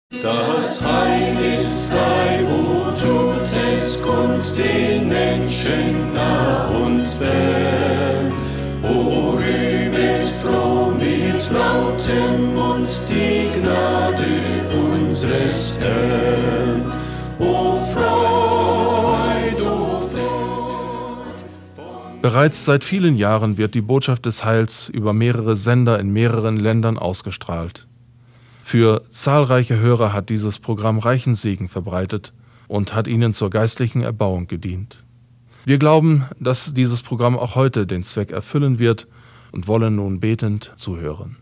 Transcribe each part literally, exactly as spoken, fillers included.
Das Heil ist frei, wo tut es kund den Menschen nah und fern. O rühmet froh mit lautem Mund die Gnade unseres Herrn. O Freud, o Freud. Bereits seit vielen Jahren wird die Botschaft des Heils über mehrere Sender in mehreren Ländern ausgestrahlt. Für zahlreiche Hörer hat dieses Programm reichen Segen verbreitet und hat ihnen zur geistlichen Erbauung gedient. Wir glauben, dass dieses Programm auch heute den Zweck erfüllen wird und wollen nun betend zuhören.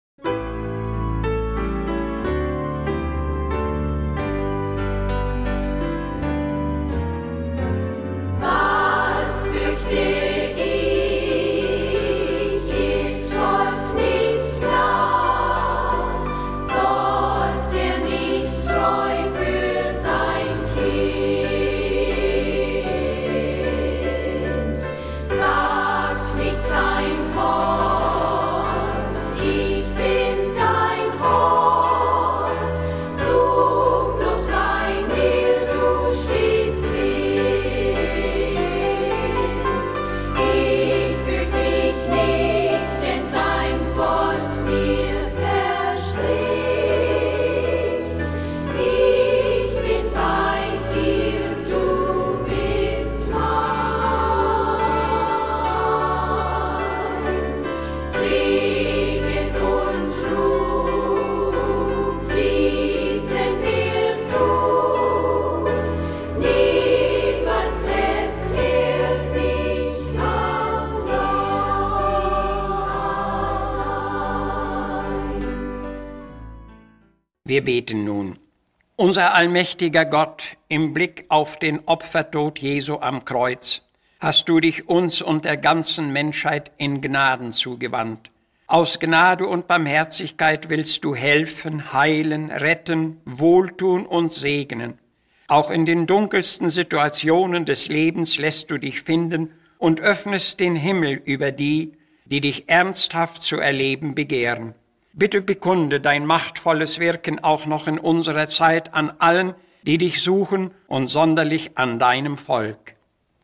Wir beten nun. Unser allmächtiger Gott, im Blick auf den Opfertod Jesu am Kreuz, hast du dich uns und der ganzen Menschheit in Gnaden zugewandt. Aus Gnade und Barmherzigkeit willst du helfen, heilen, retten, wohltun und segnen. Auch in den dunkelsten Situationen des Lebens lässt du dich finden und öffnest den Himmel über die, die dich ernsthaft zu erleben begehren. Bitte bekunde dein machtvolles Wirken auch noch in unserer Zeit an allen, die dich suchen und sonderlich an deinem Volk.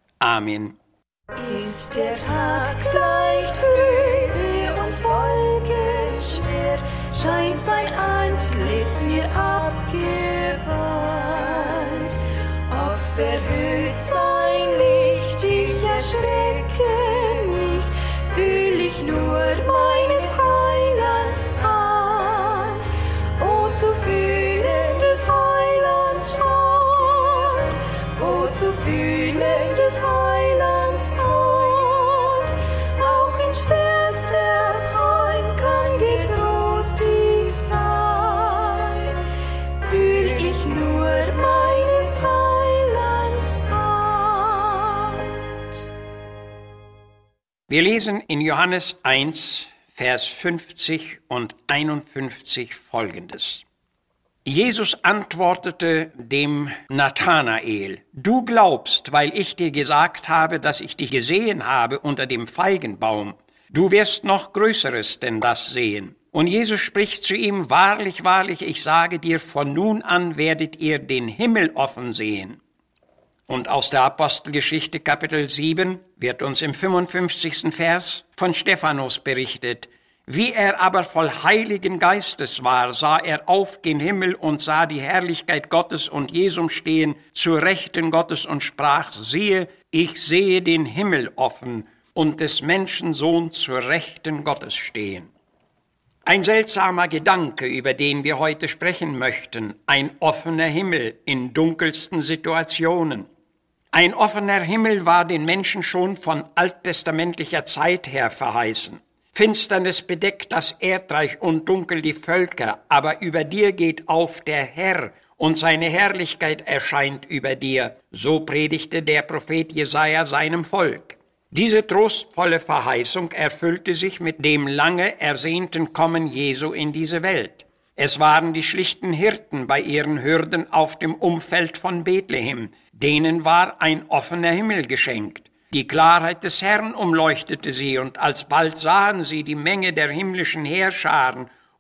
Amen. Ist der Tag leicht trübe und wolkenschwer, scheint sein Antlitz mir abgewandt. Oft verhüllt sein Licht, ich erschrecke nicht, fühl ich nur meines Heilands Hand. O zu fühlen des Heilands Hand, o zu fühlen des Heilands Hand, auch in schwerster Pein kann getröstig sein, fühl ich nur meines Heilands Hand. Wir lesen in Johannes eins, Vers fünfzig und einundfünfzig folgendes. Jesus antwortete dem Nathanael: Du glaubst, weil ich dir gesagt habe, dass ich dich gesehen habe unter dem Feigenbaum. Du wirst noch Größeres denn das sehen. Und Jesus spricht zu ihm: Wahrlich, wahrlich, ich sage dir, von nun an werdet ihr den Himmel offen sehen. Und aus der Apostelgeschichte Kapitel sieben wird uns im fünfundfünfzigsten Vers von Stephanus berichtet. Wie er aber voll Heiligen Geistes war, sah er auf gen Himmel und sah die Herrlichkeit Gottes und Jesum stehen zur Rechten Gottes und sprach: Siehe, ich sehe den Himmel offen und des Menschensohn zur Rechten Gottes stehen. Ein seltsamer Gedanke, über den wir heute sprechen möchten, ein offener Himmel in dunkelsten Situationen. Ein offener Himmel war den Menschen schon von alttestamentlicher Zeit her verheißen. Finsternis bedeckt das Erdreich und dunkel die Völker, aber über dir geht auf der Herr und seine Herrlichkeit erscheint über dir. So predigte der Prophet Jesaja seinem Volk. Diese trostvolle Verheißung erfüllte sich mit dem lange ersehnten Kommen Jesu in diese Welt. Es waren die schlichten Hirten bei ihren Hürden auf dem Umfeld von Bethlehem. Denen war ein offener Himmel geschenkt. Die Klarheit des Herrn umleuchtete sie, und alsbald sahen sie die Menge der himmlischen Heerscharen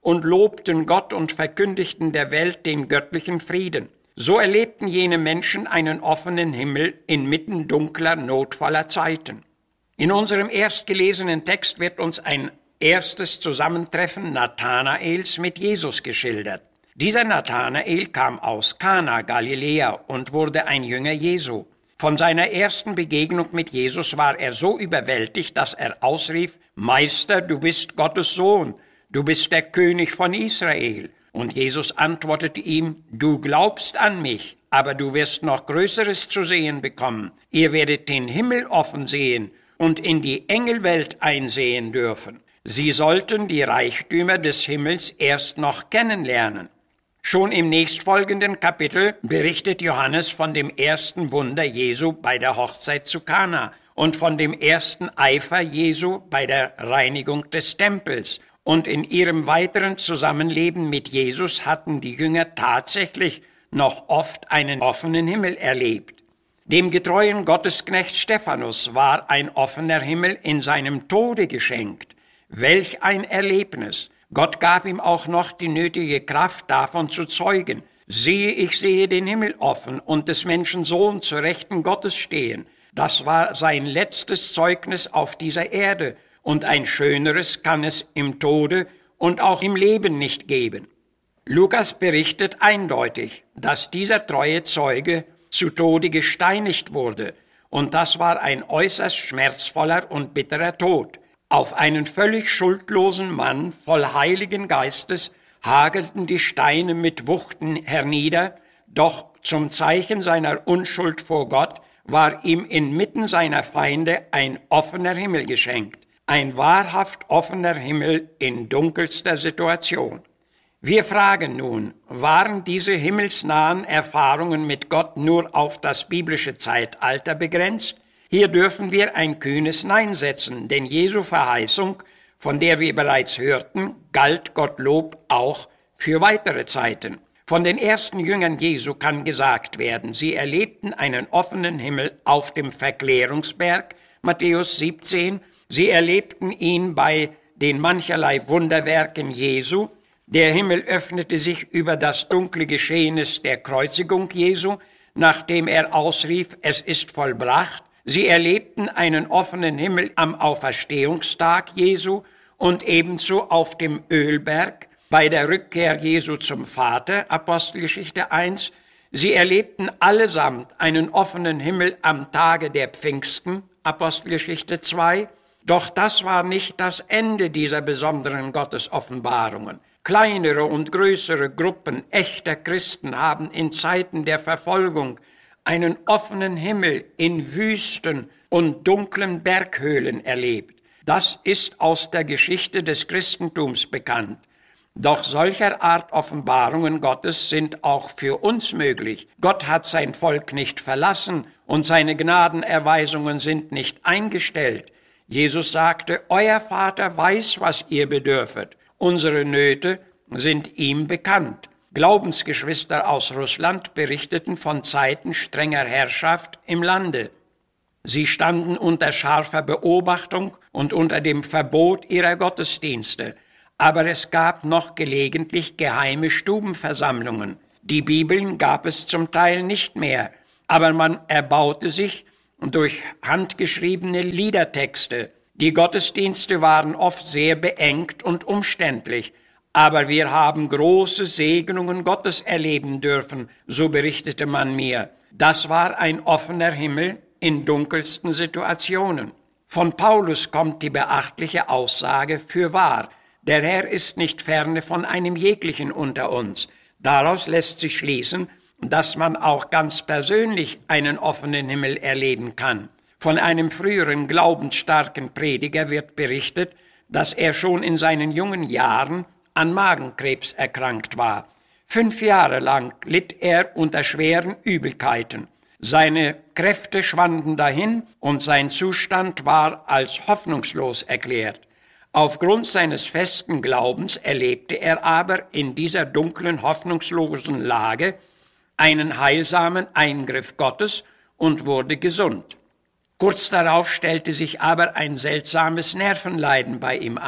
und lobten Gott und verkündigten der Welt den göttlichen Frieden. So erlebten jene Menschen einen offenen Himmel inmitten dunkler, notvoller Zeiten. In unserem erstgelesenen Text wird uns ein erstes Zusammentreffen Nathanaels mit Jesus geschildert. Dieser Nathanael kam aus Kana, Galiläa, und wurde ein Jünger Jesu. Von seiner ersten Begegnung mit Jesus war er so überwältigt, dass er ausrief: Meister, du bist Gottes Sohn, du bist der König von Israel. Und Jesus antwortete ihm: Du glaubst an mich, aber du wirst noch Größeres zu sehen bekommen. Ihr werdet den Himmel offen sehen und in die Engelwelt einsehen dürfen. Sie sollten die Reichtümer des Himmels erst noch kennenlernen. Schon im nächstfolgenden Kapitel berichtet Johannes von dem ersten Wunder Jesu bei der Hochzeit zu Kana und von dem ersten Eifer Jesu bei der Reinigung des Tempels. Und in ihrem weiteren Zusammenleben mit Jesus hatten die Jünger tatsächlich noch oft einen offenen Himmel erlebt. Dem getreuen Gottesknecht Stephanus war ein offener Himmel in seinem Tode geschenkt. Welch ein Erlebnis! Gott gab ihm auch noch die nötige Kraft, davon zu zeugen. Siehe, ich sehe den Himmel offen und des Menschen Sohn zur Rechten Gottes stehen. Das war sein letztes Zeugnis auf dieser Erde, und ein schöneres kann es im Tode und auch im Leben nicht geben. Lukas berichtet eindeutig, dass dieser treue Zeuge zu Tode gesteinigt wurde, und das war ein äußerst schmerzvoller und bitterer Tod. Auf einen völlig schuldlosen Mann voll Heiligen Geistes hagelten die Steine mit Wuchten hernieder, doch zum Zeichen seiner Unschuld vor Gott war ihm inmitten seiner Feinde ein offener Himmel geschenkt, ein wahrhaft offener Himmel in dunkelster Situation. Wir fragen nun, waren diese himmelsnahen Erfahrungen mit Gott nur auf das biblische Zeitalter begrenzt? Hier dürfen wir ein kühnes Nein setzen, denn Jesu Verheißung, von der wir bereits hörten, galt Gottlob auch für weitere Zeiten. Von den ersten Jüngern Jesu kann gesagt werden, sie erlebten einen offenen Himmel auf dem Verklärungsberg, Matthäus siebzehn, sie erlebten ihn bei den mancherlei Wunderwerken Jesu, der Himmel öffnete sich über das dunkle Geschehnis der Kreuzigung Jesu, nachdem er ausrief, es ist vollbracht. Sie erlebten einen offenen Himmel am Auferstehungstag Jesu und ebenso auf dem Ölberg bei der Rückkehr Jesu zum Vater, Apostelgeschichte eins. Sie erlebten allesamt einen offenen Himmel am Tage der Pfingsten, Apostelgeschichte zwei. Doch das war nicht das Ende dieser besonderen Gottesoffenbarungen. Kleinere und größere Gruppen echter Christen haben in Zeiten der Verfolgung einen offenen Himmel in Wüsten und dunklen Berghöhlen erlebt. Das ist aus der Geschichte des Christentums bekannt. Doch solcher Art Offenbarungen Gottes sind auch für uns möglich. Gott hat sein Volk nicht verlassen und seine Gnadenerweisungen sind nicht eingestellt. Jesus sagte, euer Vater weiß, was ihr bedürfet. Unsere Nöte sind ihm bekannt. Glaubensgeschwister aus Russland berichteten von Zeiten strenger Herrschaft im Lande. Sie standen unter scharfer Beobachtung und unter dem Verbot ihrer Gottesdienste. Aber es gab noch gelegentlich geheime Stubenversammlungen. Die Bibeln gab es zum Teil nicht mehr, aber man erbaute sich durch handgeschriebene Liedertexte. Die Gottesdienste waren oft sehr beengt und umständlich. Aber wir haben große Segnungen Gottes erleben dürfen, so berichtete man mir. Das war ein offener Himmel in dunkelsten Situationen. Von Paulus kommt die beachtliche Aussage fürwahr: Der Herr ist nicht ferne von einem jeglichen unter uns. Daraus lässt sich schließen, dass man auch ganz persönlich einen offenen Himmel erleben kann. Von einem früheren glaubensstarken Prediger wird berichtet, dass er schon in seinen jungen Jahren an Magenkrebs erkrankt war. Fünf Jahre lang litt er unter schweren Übelkeiten. Seine Kräfte schwanden dahin und sein Zustand war als hoffnungslos erklärt. Aufgrund seines festen Glaubens erlebte er aber in dieser dunklen, hoffnungslosen Lage einen heilsamen Eingriff Gottes und wurde gesund. Kurz darauf stellte sich aber ein seltsames Nervenleiden bei ihm ein.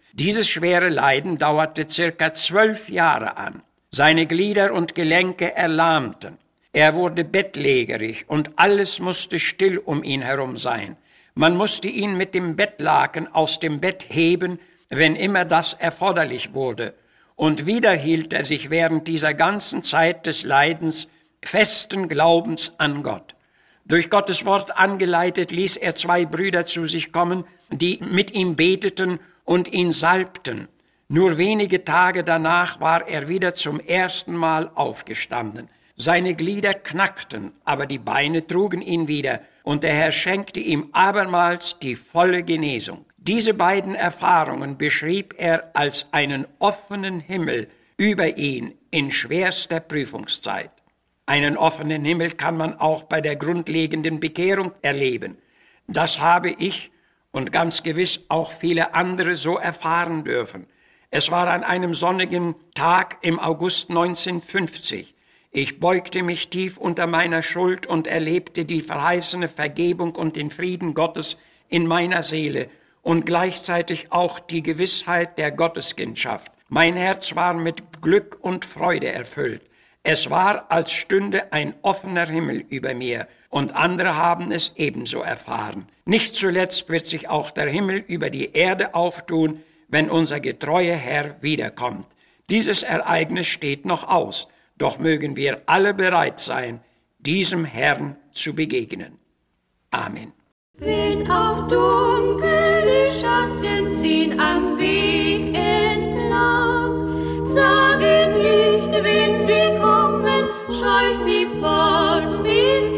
Dieses schwere Leiden dauerte circa zwölf Jahre an. Seine Glieder und Gelenke erlahmten. Er wurde bettlägerig und alles musste still um ihn herum sein. Man musste ihn mit dem Bettlaken aus dem Bett heben, wenn immer das erforderlich wurde. Und wieder hielt er sich während dieser ganzen Zeit des Leidens festen Glaubens an Gott. Durch Gottes Wort angeleitet ließ er zwei Brüder zu sich kommen, die mit ihm beteten und ihn salbten. Nur wenige Tage danach war er wieder zum ersten Mal aufgestanden. Seine Glieder knackten, aber die Beine trugen ihn wieder, und der Herr schenkte ihm abermals die volle Genesung. Diese beiden Erfahrungen beschrieb er als einen offenen Himmel über ihn in schwerster Prüfungszeit. Einen offenen Himmel kann man auch bei der grundlegenden Bekehrung erleben. Das habe ich und ganz gewiss auch viele andere so erfahren dürfen. Es war an einem sonnigen Tag im August neunzehnhundertfünfzig. Ich beugte mich tief unter meiner Schuld und erlebte die verheißene Vergebung und den Frieden Gottes in meiner Seele und gleichzeitig auch die Gewissheit der Gotteskindschaft. Mein Herz war mit Glück und Freude erfüllt. Es war, als stünde ein offener Himmel über mir, und andere haben es ebenso erfahren. Nicht zuletzt wird sich auch der Himmel über die Erde auftun, wenn unser getreuer Herr wiederkommt. Dieses Ereignis steht noch aus, doch mögen wir alle bereit sein, diesem Herrn zu begegnen. Amen. Wenn auch dunkle Schatten ziehen am Weg entlang, sage nicht, wenn sie kommen, scheuch sie fort mit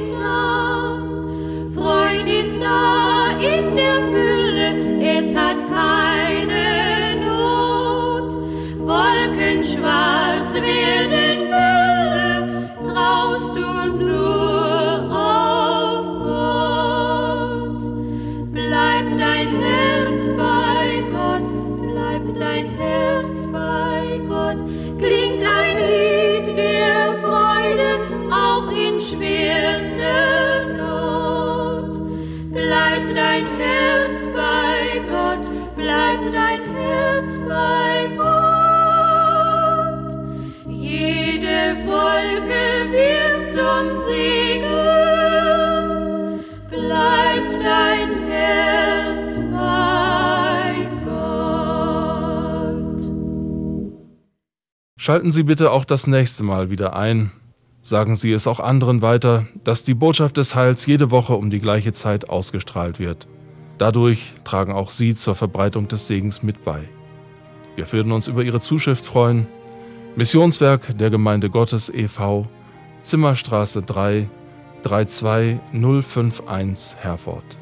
Slang. Freude ist da in der Fülle, es hat keine Not. Wolken schwarz werden Hölle, traust du nur auf Gott. Bleibt dein Herz bei Gott, bleibt dein Herz bei Gott. Klingt ein Lied der Freude, auch in schwerster Not. Bleibt dein Herz bei Gott, bleibt dein Herz bei Gott. Jede Wolke wird zum Segen, bleibt dein Herz bei Gott. Schalten Sie bitte auch das nächste Mal wieder ein. Sagen Sie es auch anderen weiter, dass die Botschaft des Heils jede Woche um die gleiche Zeit ausgestrahlt wird. Dadurch tragen auch Sie zur Verbreitung des Segens mit bei. Wir würden uns über Ihre Zuschrift freuen. Missionswerk der Gemeinde Gottes e V, Zimmerstraße drei, drei zwei null fünf eins, Herford.